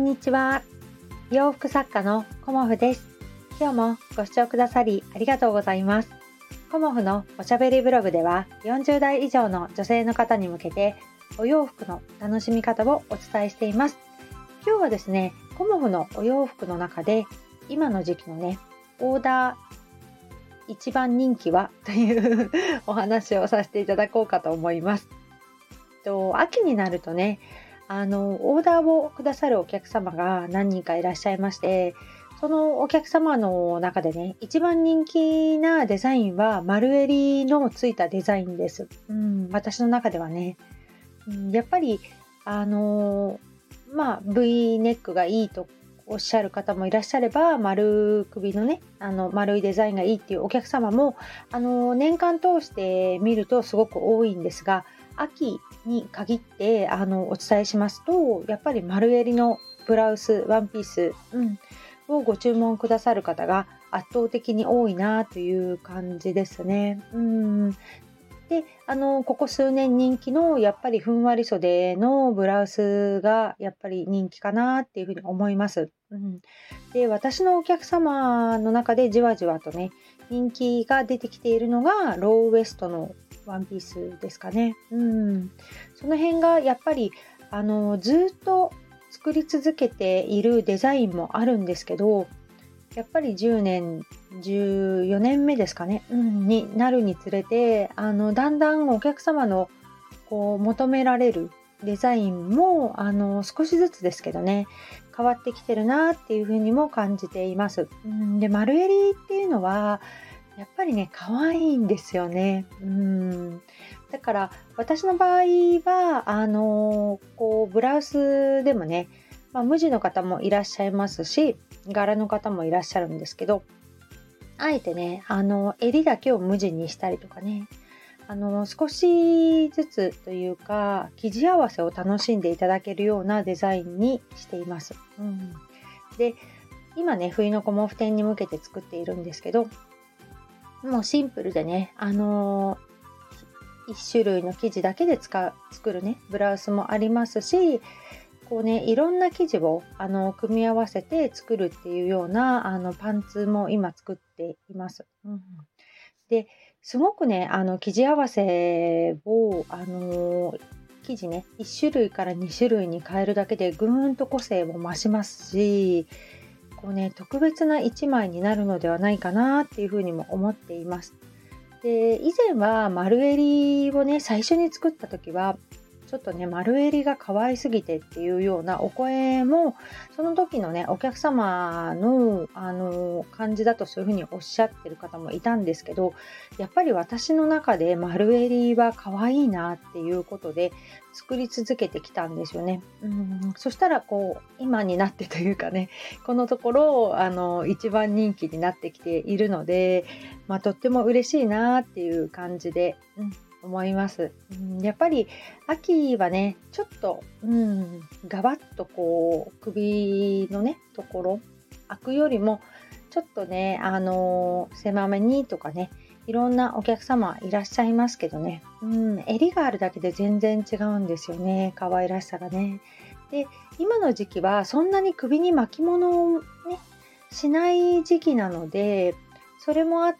んにちは。洋服作家のコモフです。今日もご視聴くださりありがとうございます。コモフのおしゃべりブログでは40代以上の女性の方に向けてお洋服の楽しみ方をお伝えしています。今日はですね、コモフのお洋服の中で今の時期のね、オーダー一番人気はというお話をさせていただこうかと思います。秋になるとね、オーダーをくださるお客様が何人かいらっしゃいまして、そのお客様の中でね、一番人気なデザインは丸襟のついたデザインです。私の中ではね、やっぱりV ネックがいいとおっしゃる方もいらっしゃれば、丸首のね、丸いデザインがいいっていうお客様も年間通して見るとすごく多いんですが、秋に限ってお伝えしますと、やっぱり丸襟のブラウス、ワンピース、をご注文くださる方が圧倒的に多いなという感じですね。で、ここ数年人気のやっぱりふんわり袖のブラウスがやっぱり人気かなっていうふうに思います。で、私のお客様の中でじわじわとね、人気が出てきているのがローウエストのワンピースですかね。その辺がやっぱりずっと作り続けているデザインもあるんですけど、やっぱり10年14年目ですかね、になるにつれてだんだんお客様の求められるデザインも少しずつですけどね、変わってきてるなっていうふうにも感じています。で、丸襟っていうのはやっぱりね、可愛いんですよね。だから私の場合はブラウスでもね、無地の方もいらっしゃいますし、柄の方もいらっしゃるんですけど、あえてね、襟だけを無地にしたりとかね、少しずつというか、生地合わせを楽しんでいただけるようなデザインにしています。で、今ね、冬のコモフ展に向けて作っているんですけど、もうシンプルでね、一種類の生地だけで作るね、ブラウスもありますし、いろんな生地を組み合わせて作るっていうようなパンツも今作っています。で、すごくね、生地合わせを生地ね、1種類から2種類に変えるだけでぐーんと個性を増しますし、特別な一枚になるのではないかなっていうふうにも思っています。で、以前は丸襟をね、最初に作った時はちょっとね、丸襟が可愛すぎてっていうようなお声もその時のね、お客様の感じだとそういうふうにおっしゃってる方もいたんですけど、やっぱり私の中で丸襟は可愛いなっていうことで作り続けてきたんですよね。そしたら今になってというかね、このところ一番人気になってきているので、とっても嬉しいなっていう感じで、思います。やっぱり秋はね、ちょっと、ガバッと首のね、ところ、開くよりも、ちょっとね、狭めにとかね、いろんなお客様いらっしゃいますけどね、襟があるだけで全然違うんですよね、可愛らしさがね。で、今の時期はそんなに首に巻物をね、しない時期なので、それもあって、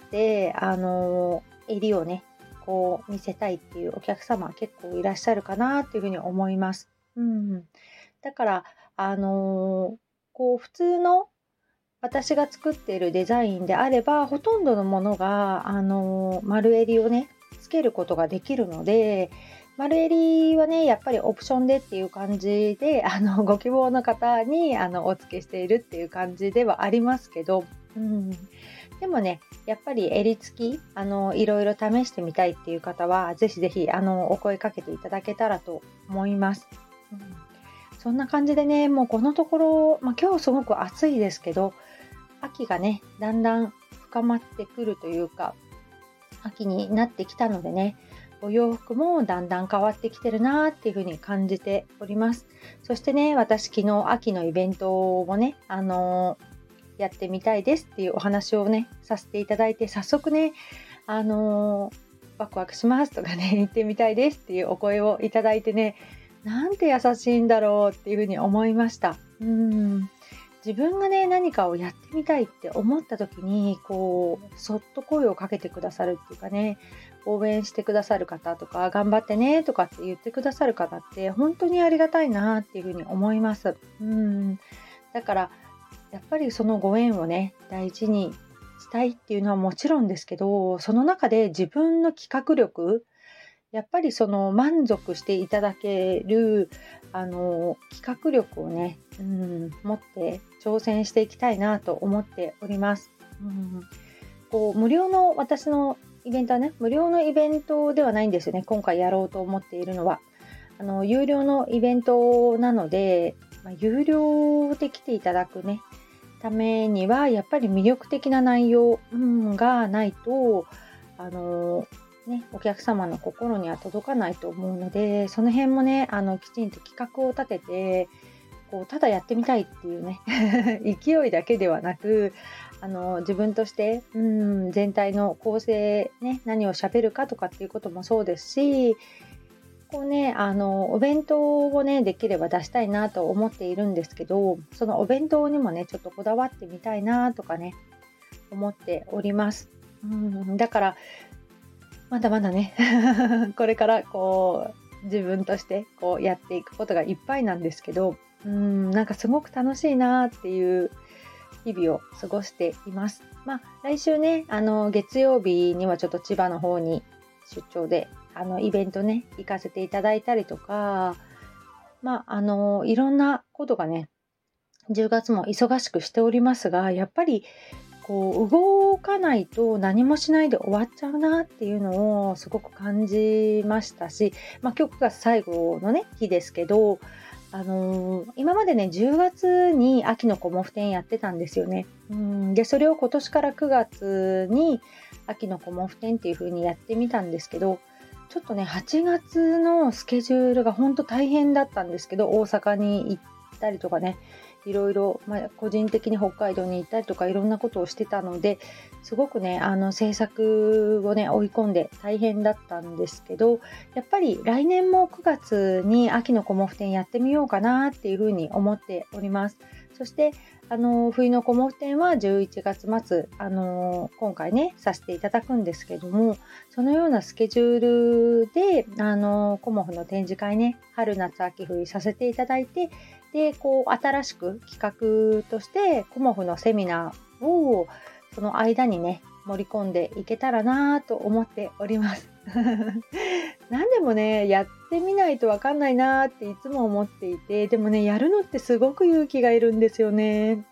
襟をね、見せたいっていうお客様は結構いらっしゃるかなっていうふうに思います。だから、普通の私が作っているデザインであれば、ほとんどのものが、丸襟をね、つけることができるので、丸襟はね、やっぱりオプションでっていう感じで、ご希望の方にお付けしているっていう感じではありますけど、でもね、やっぱり襟付き、いろいろ試してみたいっていう方は、ぜひぜひ、お声かけていただけたらと思います。そんな感じでね、もうこのところ、今日すごく暑いですけど、秋がね、だんだん深まってくるというか、秋になってきたのでね、お洋服もだんだん変わってきてるなっていうふうに感じております。そしてね、私昨日秋のイベントもね、やってみたいですっていうお話をね、させていただいて、早速ね、ワクワクしますとかね、行ってみたいですっていうお声をいただいてね、 なんて優しいんだろうっていうふうに思いました。自分がね、何かをやってみたいって思った時に、そっと声をかけてくださるっていうかね、応援してくださる方とか、頑張ってねとかって言ってくださる方って、本当にありがたいなっていうふうに思います。だから、やっぱりそのご縁をね、大事にしたいっていうのはもちろんですけど、その中で自分の企画力、やっぱりその満足していただける企画力をね、持って挑戦していきたいなと思っております。無料の私のイベントはね、無料のイベントではないんですよね。今回やろうと思っているのは。有料のイベントなので、有料で来ていただくね、ためにはやっぱり魅力的な内容、がないと、お客様の心には届かないと思うので、その辺もね、きちんと企画を立てて、ただやってみたいっていうね勢いだけではなく、自分として、全体の構成、ね、何を喋るかとかっていうこともそうですし、お弁当をね、できれば出したいなと思っているんですけど、そのお弁当にもね、ちょっとこだわってみたいなとかね、思っております。だから、まだまだねこれから自分としてやっていくことがいっぱいなんですけど、なんかすごく楽しいなっていう日々を過ごしています。来週ね、月曜日にはちょっと千葉の方に出張でイベントね、行かせていただいたりとか、いろんなことがね、10月も忙しくしておりますが、やっぱり動かないと何もしないで終わっちゃうなっていうのをすごく感じましたし、今日が最後のね、日ですけど、今までね、10月に秋のコモフ展やってたんですよね。で、それを今年から9月に秋のコモフ展っていう風にやってみたんですけど、ちょっとね、8月のスケジュールが本当大変だったんですけど、大阪に行ったりとかね、いろいろ、個人的に北海道に行ったりとかいろんなことをしてたので、すごくね、制作をね、追い込んで大変だったんですけど、やっぱり来年も9月に秋のコモフ展やってみようかなっていうふうに思っております。そして、冬のコモフ展は11月末、今回ね、させていただくんですけども、そのようなスケジュールで、コモフの展示会ね、春夏秋冬させていただいて、で、新しく企画としてコモフのセミナーをその間にね、盛り込んでいけたらなと思っております。何でもね、やってみないとわかんないなっていつも思っていて、でもね、やるのってすごく勇気がいるんですよね。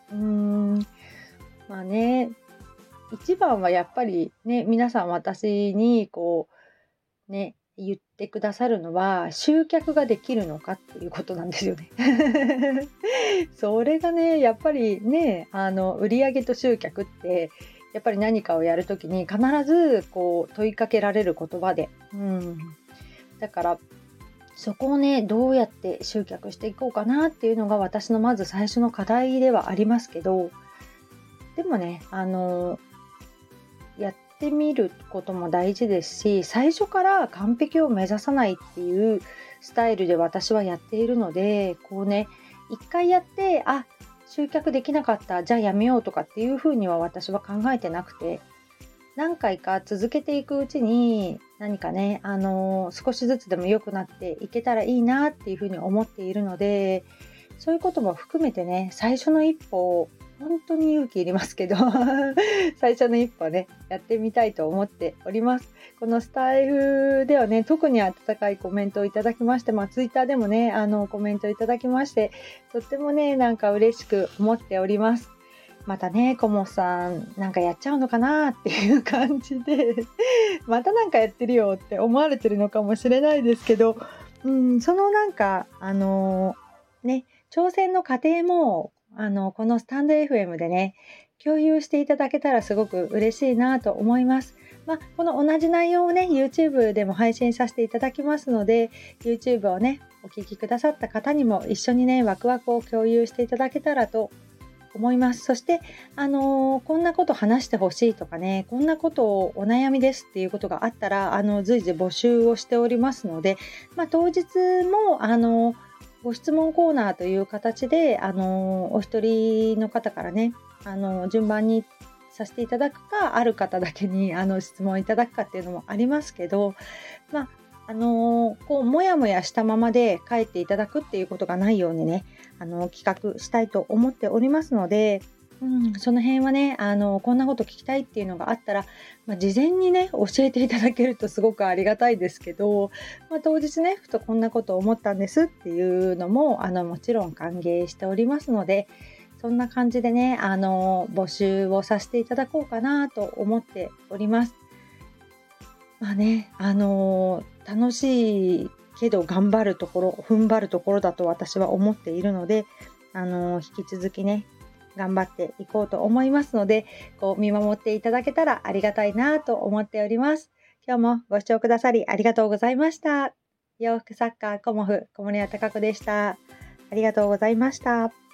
一番はやっぱりね、皆さん私に言ってくださるのは、集客ができるのかっていうことなんですよね。それがね、やっぱりね、売上と集客って、やっぱり何かをやるときに必ず問いかけられる言葉で、だからそこをね、どうやって集客していこうかなっていうのが私のまず最初の課題ではありますけど、でもね、やってみることも大事ですし、最初から完璧を目指さないっていうスタイルで私はやっているので、一回やって、集客できなかった、じゃあやめようとかっていうふうには私は考えてなくて、何回か続けていくうちに何かね、少しずつでも良くなっていけたらいいなっていうふうに思っているので、そういうことも含めてね、最初の一歩、本当に勇気いりますけど最初の一歩ね、やってみたいと思っております。このスタイフではね、特に温かいコメントをいただきまして、ツイッターでもね、コメントいただきまして、とってもね、なんか嬉しく思っております。またね、コモさんなんかやっちゃうのかなっていう感じでまたなんかやってるよって思われてるのかもしれないですけど、その挑戦の過程もこのスタンド FM でね、共有していただけたらすごく嬉しいなと思います。この同じ内容をね、YouTube でも配信させていただきますので、YouTube をね、お聞きくださった方にも一緒にね、ワクワクを共有していただけたらと思います。そして、こんなこと話してほしいとかね、こんなことをお悩みですっていうことがあったら、随時募集をしておりますので、当日も、ご質問コーナーという形で、お一人の方からね、順番にさせていただくか、ある方だけに、質問いただくかっていうのもありますけど、まあ、もやもやしたままで帰っていただくっていうことがないようにね、企画したいと思っておりますので、その辺はね、こんなこと聞きたいっていうのがあったら、事前にね、教えていただけるとすごくありがたいですけど、当日ね、ふとこんなことを思ったんですっていうのも、もちろん歓迎しておりますので、そんな感じでね、募集をさせていただこうかなと思っております。楽しいけど頑張るところ、踏ん張るところだと私は思っているので、引き続きね、頑張っていこうと思いますので、見守っていただけたらありがたいなと思っております。今日もご視聴くださりありがとうございました。洋服作家コモフ小森屋隆子でした。ありがとうございました。